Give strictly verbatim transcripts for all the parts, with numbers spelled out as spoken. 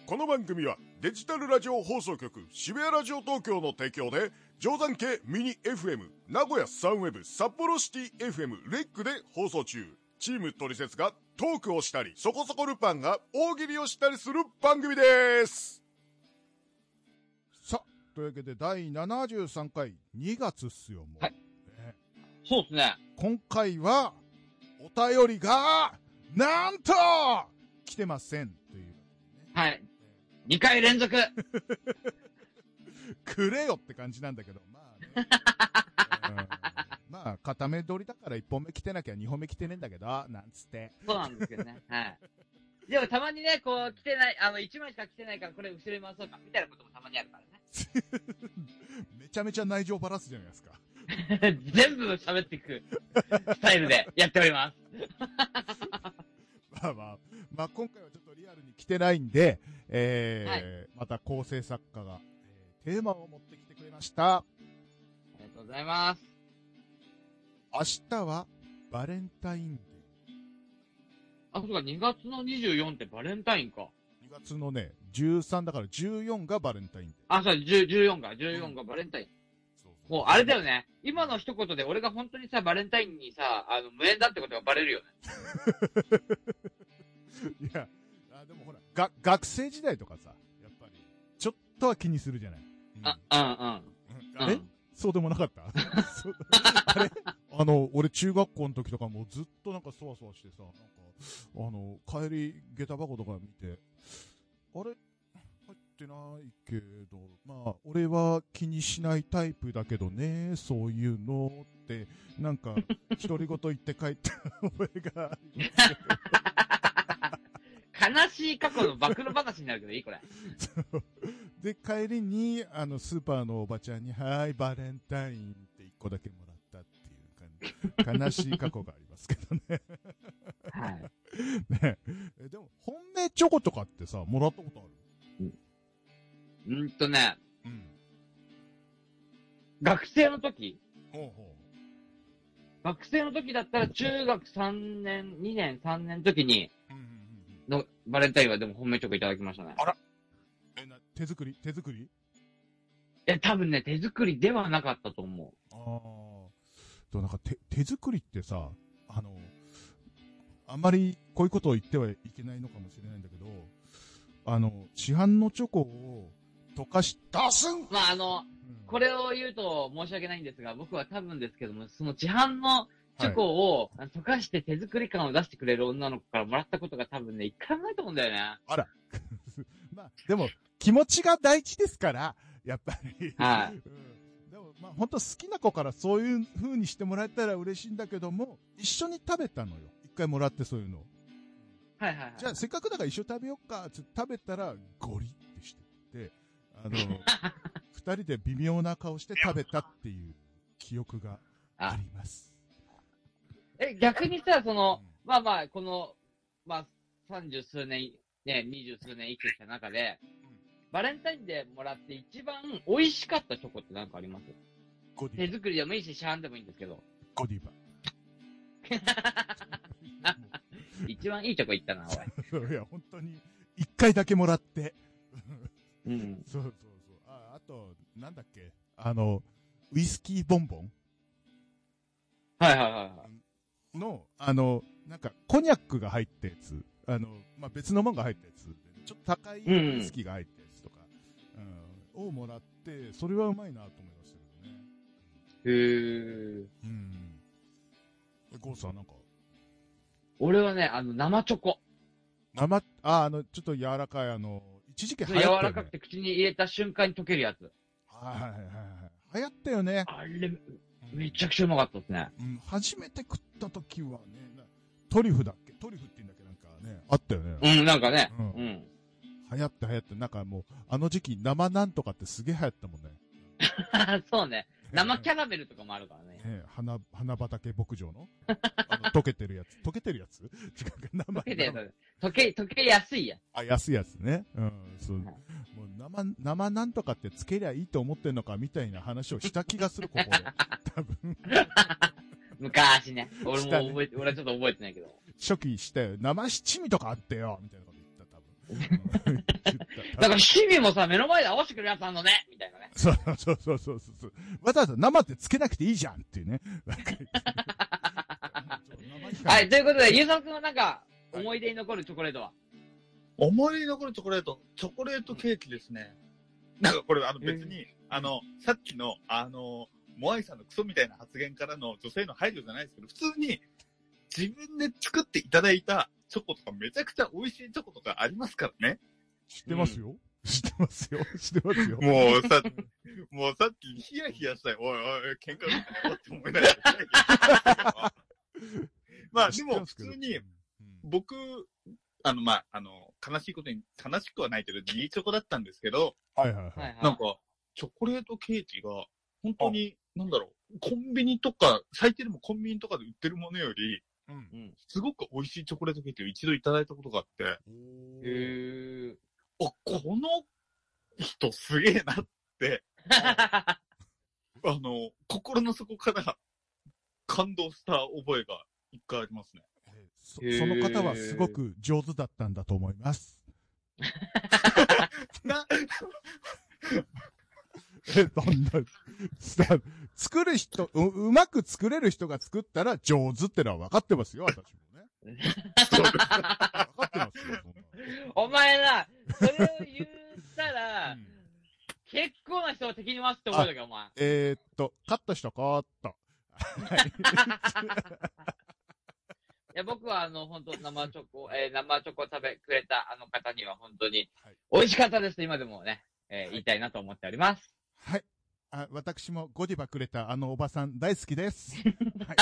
この番組はデジタルラジオ放送局渋谷ラジオ東京の提供で定山系ミニ エフエム 名古屋サンウェブ札幌シティ エフエム レックで放送中。チームトリセツがトークをしたりそこそこルパンが大喜利をしたりする番組です。 さあ、というわけでだいななじゅうさんかいにがつっすよもう、 はいね、 そうですね。 今回はお便りがなんと来てませんという、ね、 はいにかい連続くれよって感じなんだけど、まあね、うん、まあ固め撮りだからいっぽんめ来てなきゃにほんめ来てねえんだけどなんつって。 そうなんですけどね。はい。でもたまにね、こう来てない、あのいちまいしか来てないからこれ後ろに回そうかみたいなこともたまにあるからね。 めちゃめちゃ内情ばらすじゃないですか。 全部喋っていくスタイルでやっております。 まあまあ、まあ今回はちょっとリアルに来てないんで、えーはい、また構成作家が、えー、テーマを持ってきてくれました。 ありがとうございます。 明日はバレンタインデー。 あ、そうか、にがつのにじゅうよっかってバレンタインか。 にがつのね、じゅうさんだからじゅうよんがバレンタインデー。 あ、そう、じゅう、じゅうよんか、じゅうよんがバレンタイン。そうそう、もうあれだよね。今の一言で俺が本当にさ、バレンタインにさ、あの、無縁だってことがバレるよね。 いや、あ、でもほら、が、学生時代とかさ、やっぱり、ちょっとは気にするじゃない。 うん、あ、うん、うん。 あれ、うん、そうでもなかったあれあの、俺中学校の時とかもずっとなんかそわそわしてさ、なんか、あの、帰り下駄箱とか見て、あれ入ってないけど、まあ、俺は気にしないタイプだけどね、そういうのって、なんか、独り言言って帰った覚えがありますけど。 悲しい過去の暴露話になるけどいいこれ。 で、帰りに、あの、スーパーのおばちゃんに、はい、バレンタインって一個だけもらったっていう感じ、悲しい過去がありますけどね。 はい。 ねえ、でも、本命チョコとかってさ、もらったことある？ うん。んーとね。 うん。 学生の時？ ほうほう。 学生の時だったら中学さんねん、にねん、さんねんの時に、のバレンタインはでも本命チョコいただきましたね。 あら、え、な、手作り手作りえ、多分ね、手作りではなかったと思う。 ああ。と、なんか手、手作りってさ、あの、あんまりこういうことを言ってはいけないのかもしれないんだけど、あの、市販のチョコを溶かし、出すんまあ、あの、うん、これを言うと申し訳ないんですが、僕は多分ですけども、その市販のチョコを、はい、溶かして手作り感を出してくれる女の子からもらったことが多分ね、一回もないと思うんだよね。 あら。まあ、でも、気持ちが大事ですから、やっぱり。 はい。 うん、でも、まあ、本当好きな子からそういう風にしてもらえたら嬉しいんだけども、一緒に食べたのよ。一回もらってそういうの。 はいはいはい。 じゃあ、せっかくだから一緒に食べよっか、つって食べたら、ゴリってしてて、あの、二人で微妙な顔して食べたっていう記憶があります。 え、逆にさ、その、うん、まあまあ、この、まあ、三十数年、ね、二十数年生きてきた中で、うん、バレンタインでもらって一番美味しかったチョコって何かあります？ ゴディバ。 手作りでもいいし、市販でもいいんですけど。 ゴディバ。 一番いいチョコ言ったな、おい。いや、本当に、一回だけもらって。 うん。 そうそうそう。あ、あと、なんだっけ、あの、ウイスキーボンボン？ はいはいはいはい。 の、あの、なんか、コニャックが入ったやつ、あの、まあ、別のもんが入ったやつ、ちょっと高いウイスキーが入ったやつとか、うん、うん、をもらって、それはうまいなと思いましたけどね。 へー。 うん。え、ゴーさんなんか俺はね、あの、生チョコ。 生、あ、あの、ちょっと柔らかい、あの、一時期流行ったよね。 柔らかくて口に入れた瞬間に溶けるやつ。 はいはいはいはい。流行ったよね。 あれ、めちゃくちゃうまかったですね。 うん、初めて食った時はね、トリュフだっけトリュフって言うんだっけなんかね、あったよね。 うん、なんかね。うん。うん、 流行って流行って、なんかもう、あの時期生なんとかってすげえ流行ったもんね。 そうね。生キャラメルとかもあるからね。 ね花、花畑牧場のあの溶けてるやつ。溶けてるやつ違うか、生。 溶けてるやつ。溶け、溶けやすいやつ。 あ、安いやつね。うん、そう。もう生、生なんとかってつけりゃいいと思ってんのかみたいな話をした気がする、ここで。多分。 昔ね。俺も覚えて、ね、俺はちょっと覚えてないけど。 初期したよ。生七味とかあってよみたいなこと言った、多分。 なんか七味もさ、目の前で合わせてくれるやつあんのねみたいなね。 そうそうそうそうそう。わざわざ生ってつけなくていいじゃんっていうね。 はい、ということで、ゆうさくんはなんか、思い出に残るチョコレートは、 思い出に残るチョコレート、チョコレートケーキですね。なんかこれ、あの別に、あの、さっきの、あの、モアイさんのクソみたいな発言からの女性の配慮じゃないですけど、普通に自分で作っていただいたチョコとかめちゃくちゃ美味しいチョコとかありますからね。 知ってますよ、うん、知ってますよ知ってますよ。 もうさ、もうさっきヒヤヒヤしたよ。おいおい、喧嘩売ってよって思いながら。まあでも普通に、僕、あのまあ、あの、悲しいことに、悲しくはないけど、いいチョコだったんですけど、 はいはいはい。 なんか、チョコレートケーキが、本当に、なんだろう、コンビニとか、最低でもコンビニとかで売ってるものより、うん、すごく美味しいチョコレートケーキを一度いただいたことがあって、へー。 あ、この人すげえなって、あの、心の底から感動した覚えが一回ありますね。 そ, その方はすごく上手だったんだと思います。なえ、どんな、作る人う、うまく作れる人が作ったら上手ってのは分かってますよ、私もね。分かってますよ、そんな。 お前な、それを言ったら、うん、結構な人を敵に回すって思うだけど、お前。 えー、っと、勝った人勝った。 いや、僕はあの、本当生チョコ、えー、生チョコを食べくれたあの方には本当に、美味しかったですと今でもね、えー、言いたいなと思っております。 はい。あ、私もゴディバくれたあのおばさん大好きです。はい、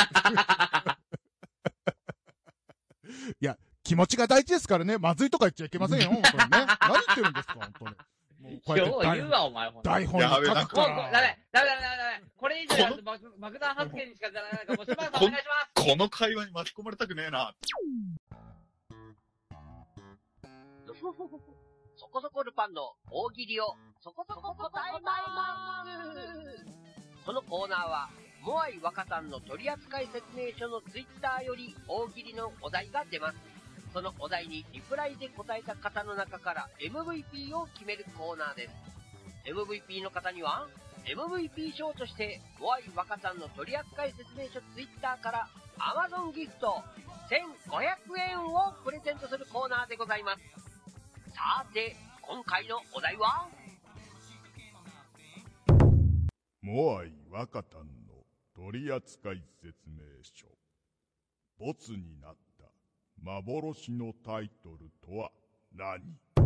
いや、気持ちが大事ですからね。まずいとか言っちゃいけませんよ、本当にね。何言ってるんですか、本当に。 もうこうやって今日言うわ、お前、ほんと台本に書くから。 もう、ダメ、ダメ、ダメ、ダメ。これ以上やると爆弾発言にしかならないから、もうしばらくお願いします。 この会話に巻き込まれたくねえな。 そこそこルパンの大喜利をそこそこ答えます。このコーナーは、モアイ若さんの取扱説明書のツイッターより大喜利のお題が出ます。そのお題にリプライで答えた方の中から エムブイピー を決めるコーナーです。エムブイピー の方には、エムブイピー 賞として、モアイ若さんの取扱説明書ツイッターから Amazon ギフトせんごひゃくえんをプレゼントするコーナーでございます。さて、今回のお題はモアイ若さんの取扱説明書。ボツになった幻のタイトルとは何？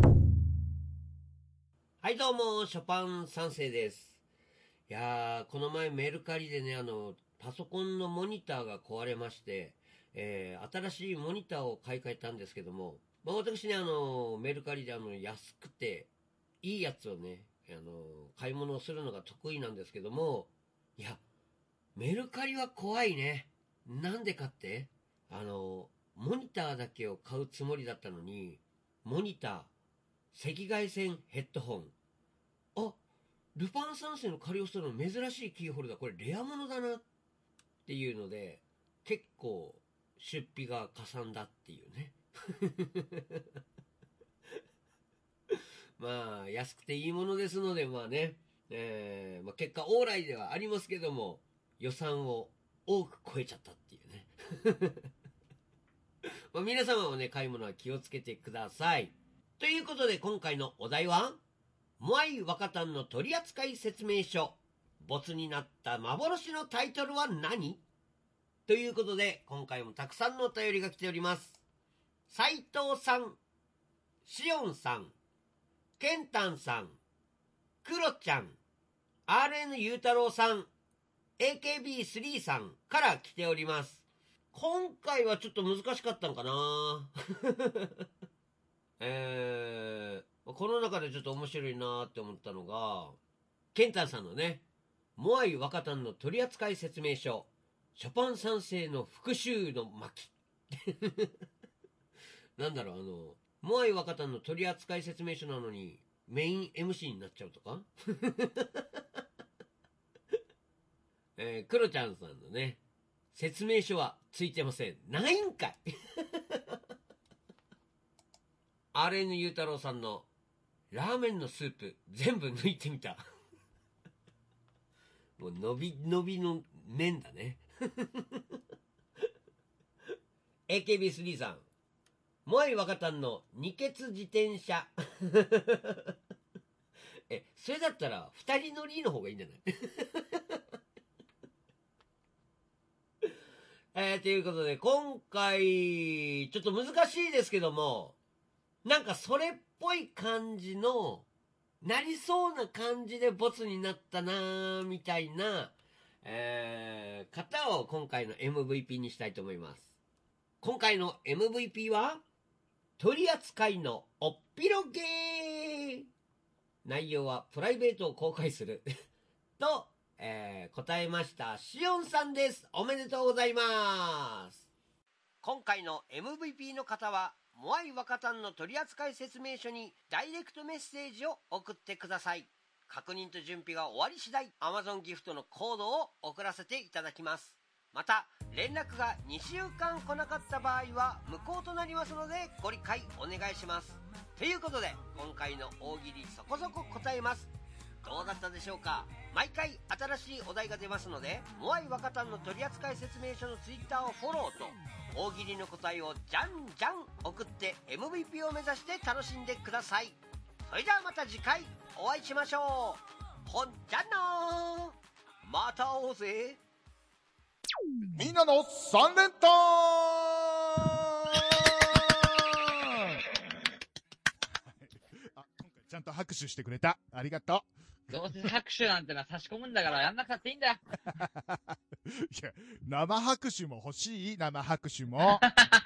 はいどうも、ショパン三世です。いやー、この前メルカリでね、あの、パソコンのモニターが壊れまして、えー、新しいモニターを買い替えたんですけども、まあ私ね、あの、メルカリであの、安くて、いいやつをね、あの、買い物をするのが得意なんですけども、いや、メルカリは怖いね。なんでかって、あの、モニターだけを買うつもりだったのに、モニター、赤外線ヘッドホン。あ、ルパン三世のカリオストロの珍しいキーホルダー、これレア物だなっていうので、結構出費がかさんだっていうね。まあ、安くていいものですので、まあね、えーまあ、結果オーライではありますけども、予算を多く超えちゃったっていうね。まあ皆様もね、買い物は気をつけてください。ということで今回のお題は、モアイ若旦の取扱説明書、ボツになった幻のタイトルは何？ということで、今回もたくさんのお便りが来ております。斉藤さん、しおんさん、ケンタンさん、クロちゃん、アールエヌ ゆうたろうさん、エーケービースリー さんから来ております。今回はちょっと難しかったんかなえー、この中でちょっと面白いなって思ったのが、ケンタンさんのね、モアイ若旦の取扱説明書、ショパン三世の復讐の巻。なんだろう、あの、モアイ若旦の取扱説明書なのに、メイン エムシー になっちゃうとかえー、クロちゃんさんのね、説明書はついてません。ないんかいアールエヌ ゆうたろうさんのラーメンのスープ全部抜いてみた。もう伸び伸びの麺だね。エーケービースリー さん、モアイ若旦の二欠自転車。え、それだったら二人乗りの方がいいんじゃない？えー、ということで、今回、ちょっと難しいですけども、なんかそれっぽい感じの、なりそうな感じでボツになったなーみたいな、えー、方を今回の エムブイピー にしたいと思います。今回の エムブイピー は、取扱いのおっぴろげー。内容はプライベートを公開する。と、えー、答えましたしおんさんです。おめでとうございます。今回の エムブイピー の方はモアイ若旦の取扱説明書にダイレクトメッセージを送ってください。確認と準備が終わり次第 Amazon ギフトのコードを送らせていただきます。また連絡がにしゅうかん来なかった場合は無効となりますのでご理解お願いします。ということで今回の大喜利そこそこ答えます。どうだったでしょうか。毎回新しいお題が出ますので、モアイ若旦の取扱説明書のツイッターをフォローと大喜利の答えをじゃんじゃん送って エムブイピー を目指して楽しんでください。それではまた次回お会いしましょう。ほんじゃなー、また会おうぜ。 みんなの三連単あ、今回ちゃんと拍手してくれた。ありがとどうせ拍手なんてのは差し込むんだからやんなくたっていいんだよ。 う。いや、生拍手も欲しい、生拍手も。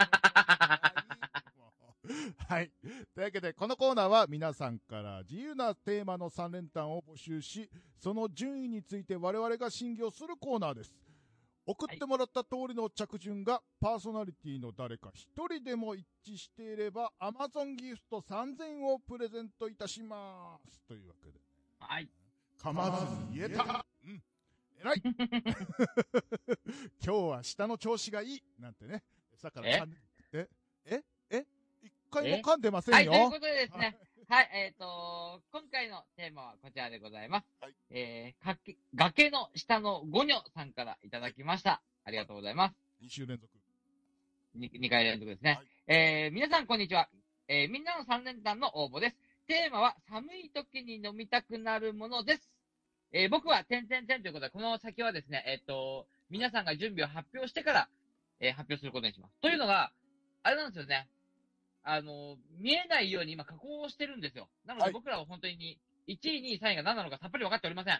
はい。というわけで、このコーナーは皆さんから自由なテーマのさん連単を募集し、その順位について我々が審議をするコーナーです。送ってもらった通りの着順がパーソナリティの誰か一人でも一致していれば Amazon ギフトさんぜんえんをプレゼントいたします。というわけで。 はい。 噛まずに言えた。うん。偉い。今日は舌の調子がいい。なんてね。さから噛んで、えええ一回も噛んでませんよ。 はい、ということでですね。はい、えっ、ー、と、今回のテーマはこちらでございます。はい、えー、かけ、崖の下のゴニョさんからいただきました。ありがとうございます。 に週連続。 に、にかい連続ですね。はい、えー、皆さんこんにちは。えー、みんなのさん連単の応募です。テーマは寒い時に飲みたくなるものです。えー、僕は点々点ということで、この先はですね、えっ、ー、と、皆さんが準備を発表してから、えー、発表することにします。というのが、あれなんですよね。あの、見えないように今加工をしてるんですよ。なので僕らは本当にいちい、にい、さんいが何なのかさっぱり分かっておりません。はい、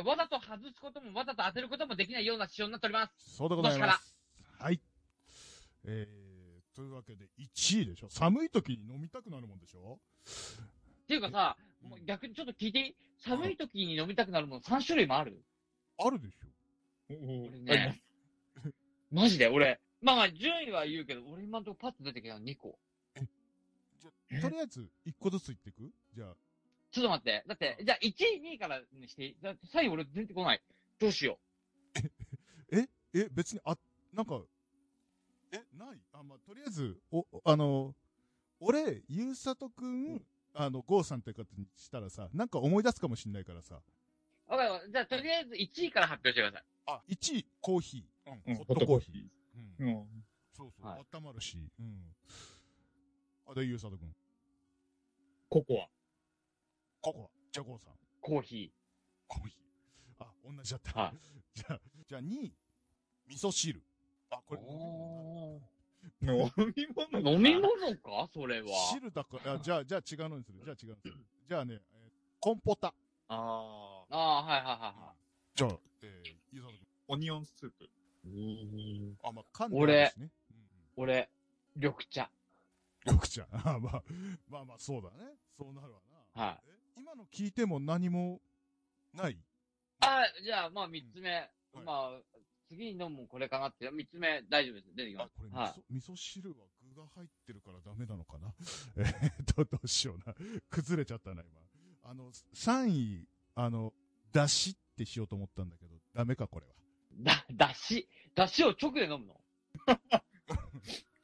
わざと外すこともわざと当てることもできないような仕様になっております。 そうでございます。はい。えー、というわけでいちいでしょ。寒い時に飲みたくなるもんでしょ。 っていうかさ、もう逆にちょっと聞いていい？寒い時に飲みたくなるものさん種類もある？ あるでしょ。 俺ね、マジで俺、まあまあ順位は言うけど、俺今のところパッと出てきたのにこ。 じゃ、とりあえず、一個ずつ言っていく？じゃあ。 ちょっと待って。だって、じゃあいちい、にいからにしていい？だってさんい俺出てこない。どうしよう。え、え、別に、あ、なんか、え、ない？あ、まあ、とりあえず、お、あの、俺、ゆうさとくん、あの、ゴーさんって方にしたらさ、なんか思い出すかもしんないからさ。 わかる。じゃあとりあえずいちいから発表してください。 あ、いちい、コーヒー。 うん、ホットコーヒー。 うん。そうそう、はい、温まるし。うん。あ、で、ゆうさとくん。 ココア。 ココア。じゃあ、ゴーさん。 コーヒー。 コーヒー。あ、同じだった。 はい。 じゃあ、じゃあにい、味噌汁。あ、これ。 飲み物飲み物かそれは。 汁だから、じゃあ、じゃあ違うのにする。じゃあ違うのにする。じゃあね、えー、コンポタ。 ああ。ああ、はいはいはいはい。 じゃあ、えー、ゆうさとくん。 オニオンスープ。 あ、まあ、噛んでるんですね。 俺、俺、緑茶。 緑茶。あまあ、まあまあ、そうだね。そうなるわな。 はい。 え今の聞いても何も、ないあ、じゃあ、まあ、三つ目。うん、まあ、次に飲むこれかなって、三つ目大丈夫です。出てきます。 あ、これ、 はい、 味噌汁は具が入ってるからダメなのかなえーと、どうしような。崩れちゃったな、今。あの、さんい、あの、だしってしようと思ったんだけど、ダメか、これは。 だ、だしだしを直で飲むのい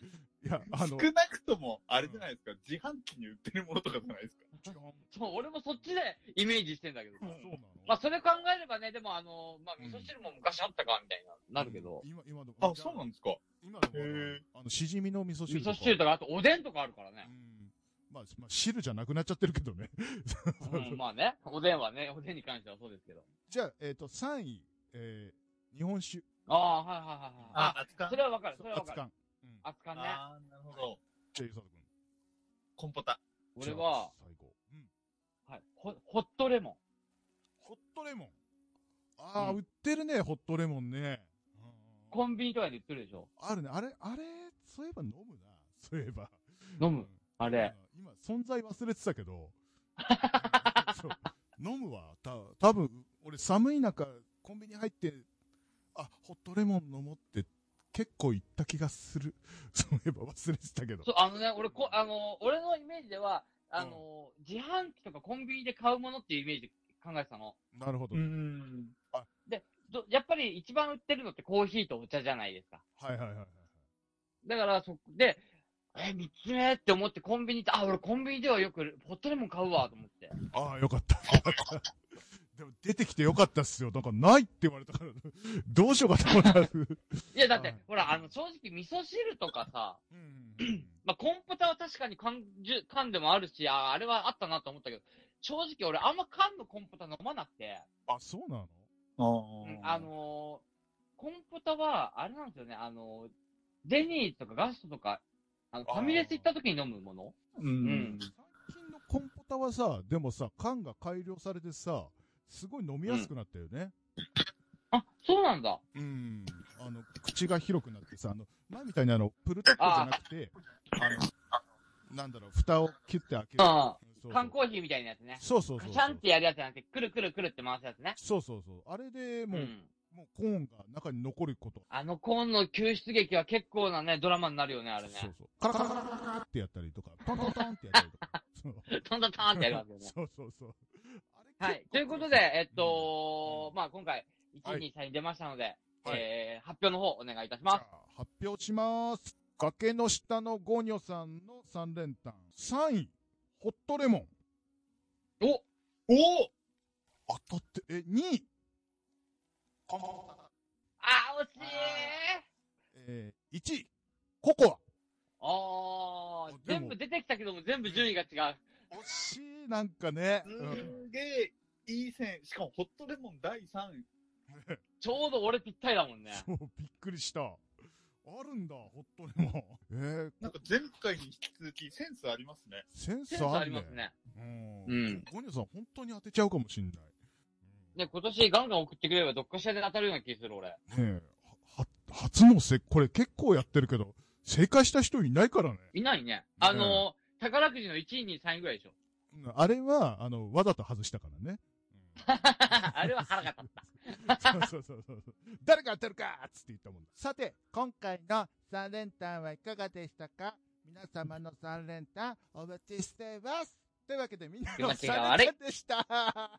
いや、あの、 少なくとも、あれじゃないですか、自販機に売ってるものとかじゃないですか。 そう、俺もそっちでイメージしてんだけどさ。 そうなのまあ、それ考えればね、でもあの、まあ、味噌汁も昔あったか、みたいな、なるけど。 今、今でも。 あ、そうなんですか。 今でもへー、 あの、しじみの味噌汁味とか。 噌汁とか、あとおでんとかあるからねう。ん。まあ、まあ、汁じゃなくなっちゃってるけどね。 うん、まあね、おでんはね、おでんに関してはそうですけど。 じゃあ、えっと、さんい、えー、日本酒。 ああ、はいはいはいはい。 あ、 あ、 熱燗それはわかる、それはわかる。 熱燗。うん。 熱燗ね。 あー、なるほど。 じゃあ、ゆさとくん。 コンポタ。 俺は、 最後。うん。 はい、ホホットレモン。 ホットレモン。ああ、 うん売ってるね、ホットレモンね。うんコンビニとかで売ってるでしょ。 あるね。あれ、あれ、そういえば飲むな。そういえば。 飲むうん。 あれ。 うん今、存在忘れてたけど。そう飲むわ。た、多分俺寒い中、コンビニ入って、あ、ホットレモン飲もうって結構言った気がする。そういえば忘れてたけど。 そう、あのね、俺こ、あの、俺のイメージでは、あの、自販機とかコンビニで買うものっていうイメージで考えてたの。 なるほど。 ん。 で、どやっぱり一番売ってるのってコーヒーとお茶じゃないですか。 はいはいはいはい。 だから、そ、で、え、三つ目って思ってコンビニって、あ、俺コンビニではよくホットレモン買うわ、と思って。 ああ、よかった。よかったでも出てきてよかったっすよ。なんかないって言われたから、どうしようかと思った。 いや、だってはい、 ほら、あの、正直味噌汁とかさ、 うんうんうんまあ、コンポタは確かに缶じゅ缶でもあるし、あ、あれはあったなと思ったけど、正直俺あんま缶のコンポタ飲まなくて、 あ、そうなのあうんあのーコンポタは、あれなんですよね、あのーデニーズとかガストとか、あの、ファミレス行った時に飲むものううんん。 最近のコンポタはさ、でもさ、缶が改良されてさ、すごい飲みやすくなったよね。 あ、そうなんだ。 うん。あの、口が広くなってさ、あの、前みたいにあの、プルタッコじゃなくて、あの、なんだろう、蓋をキュッて開ける。 あそうそう缶コーヒーみたいなやつね。 そうそうそうそう。 カチャンってやるやつじゃなくて、くるくるくるって回すやつね。 そうそうそう。あれでもう、 うん。 もうコーンが中に残ること。 あのコーンの救出劇は結構なね、ドラマになるよね、あれね。 そうそう。カラカラカラカラってやったりとか、トントントンってやったりとか。そうトントントンってやりますよね。 そうそうそう。 はい。ということで、えっと、まあ今回、いちい、に、さんに出ましたので、 はいえー、発表の方お願いいたしじゃます。 あ、発表します。崖の下のゴニョさんのさん連単。さんい、ホットレモン。 おおお当たって、え、にい、 あー、惜しいえー、いちい、ココあー、 あでも全部出てきたけども全部順位が違う。 ア。惜しい、なんかね。 すうんんげえいい線。しかも、ホットレモンだいさんい。 ちょうど俺ぴったりだもんね。 そう、びっくりした。あるんだ、ホットレモン。えー、 なんか前回に引き続きセンスありますね。 センセンススあるね。 ありますね。 うん。 うんゴニョさん、本当に当てちゃうかもしんない。 ね、今年ガンガン送ってくれればどっかしらで当たるような気する俺。 ねえ、は、初のせ、これ結構やってるけど、正解した人いないからね。 いないね。あの、宝くじのいちい、にい、さんいぐらいでしょ。 うんあれは、あの、わざと外したからね。 あれは腹が立った。 そうそうそうそう。誰が当てるかっつって言ったもんだ。さて、今回のさん連単はいかがでしたか？皆様のさん連単お待ちしています。というわけでみんなのさん連単でした。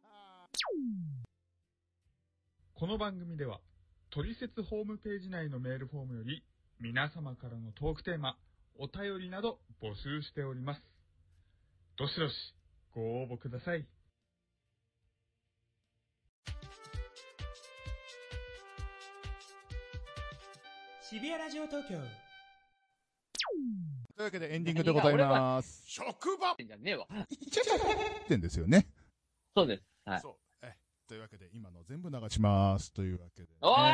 この番組では、トリセツホームページ内のメールフォームより、皆様からのトークテーマ、お便りなど募集しております。どしどしご応募ください。 渋谷ラジオ東京。 というわけでエンディングでございます。 職場じゃねえわ。 ってんですよね。 そうです。はい。 そう。え、というわけで今の全部流します。というわけで、ね。 おい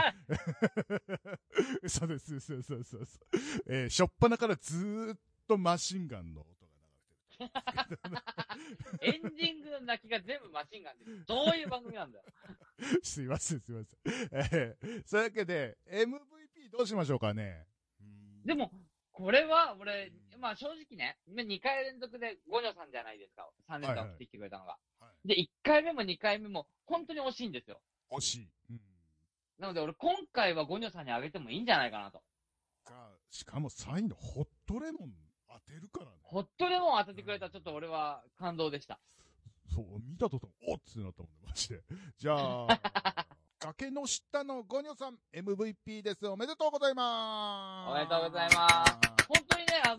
そうです、そうそうそうそう。えー、しょっぱなからずーっとマシンガンの音が流れてる。 エンディングの泣きが全部マシンガンで、どういう番組なんだよ。 すいません、すいません。えー、そういうわけで、エムブイピー どうしましょうかね。 でも、これは俺、まあ正直ね、にかい連続でゴニョさんじゃないですか。さん連単送ってきてくれたのが。 はいはいで、いっかいめもにかいめも本当に惜しいんですよ。 惜しい。うん。 なので俺今回はゴニョさんにあげてもいいんじゃないかなと。 が、しかもさんいのホットレモン当てるからね。 ホットレモン当ててくれたらちょっと俺は感動でした。 そう、見たとたおっつってなったもんね、マジで。じゃあ、崖の下のゴニョさん、エムブイピー です。おめでとうございます。 おめでとうございます。本当にね、あ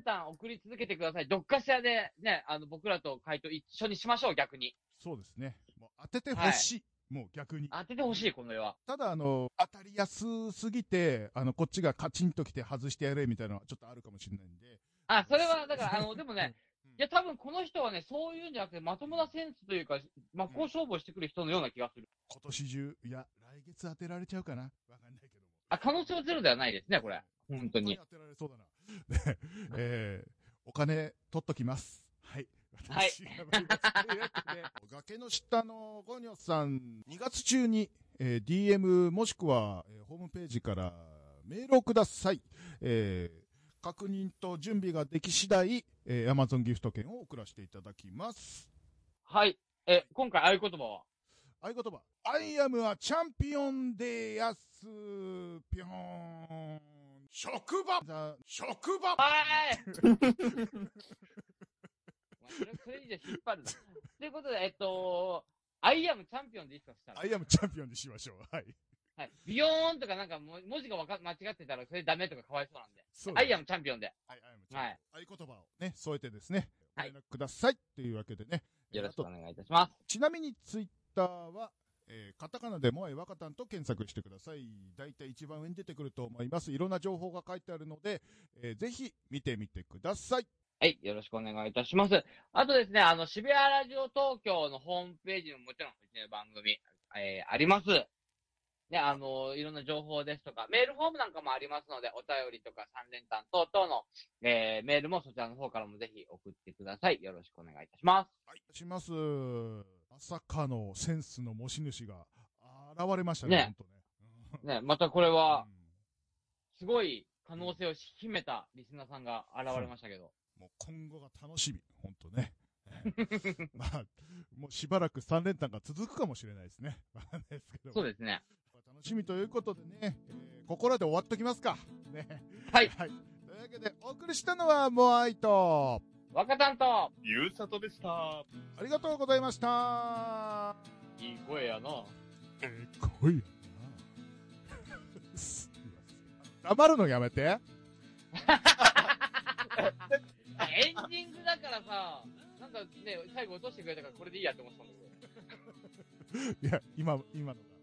単送り続けてください。どっかしらでね、あの、僕らと回答一緒にしましょう、逆に。 そうですね。もう当ててほしい。もう逆に。 当ててほしい、この世は。 ただ、あの、当たりやすすぎて、あの、こっちがカチンと来て外してやれみたいなのはちょっとあるかもしれないんで。 あ、それは、だから、あの、でもね、いや、多分この人はね、そういうんじゃなくて、まともなセンスというか、真っ向勝負をしてくる人のような気がする。 今年中、いや、来月当てられちゃうかなわかんないけども。 あ、可能性はゼロではないですね、これ。本当に。 当てられそうだな。ね、えー、お金取っときます。はい。 はい。 というわけで、崖の下のゴニョさん、にがつ中に、えー、ディーエム もしくは、えー、ホームページからメールをください。えー、確認と準備ができ次第、えー、Amazon ギフト券を送らせていただきます。 はい。え、今回合言葉は合言葉。I am a champion でやすぴょん。 職場職場はーいそれ、それ以上引っ張るな。ということで、えっと、アイアムチャンピオンでいいですかしたら。 アイアムチャンピオンでしましょう。はい。 はい。ビヨーンとかなんかも文字がわか間違ってたらそれダメとかかわいそうなんで。 そうアイアムチャンピオンで。 はい、アイアムチャンピオン。はい。合言葉をね、添えてですね、ご連絡ください。というわけでね。 よろしくお願いいたします。 ちなみにツイッターは、えー、カタカナでモアイワカタンと検索してください。だいたい一番上に出てくると思います。いろんな情報が書いてあるので、えー、ぜひ見てみてください。 はい、よろしくお願いいたします。あとですね、あの、渋谷ラジオ東京のホームページにももちろん、うちの番組、えー、あります。ね、あの、いろんな情報ですとか、メールフォームなんかもありますので、お便りとか三連単等々の、えー、メールもそちらの方からもぜひ送ってください。よろしくお願いいたします。 はい、します。まさかのセンスの持ち主が現れましたね、 ね。 本当ね。 ね、またこれは、すごい可能性を秘めたリスナーさんが現れましたけど。 もう今後が楽しみ、本当ね。まあ、もうしばらくさん連単が続くかもしれないですね。ですけどそうですね。 楽しみということでね、えー、ここらで終わっときますか。ね。 はい。 はい。というわけで、お送りしたのはモアイと、 若担当、 ゆうさとでした。 ありがとうございました。 いい声やな。 えー、声やな。黙るのやめて。 エンディングだからさ、なんかね、最後落としてくれたからこれでいいやって思ってたんだけど。 いや、今、今のが。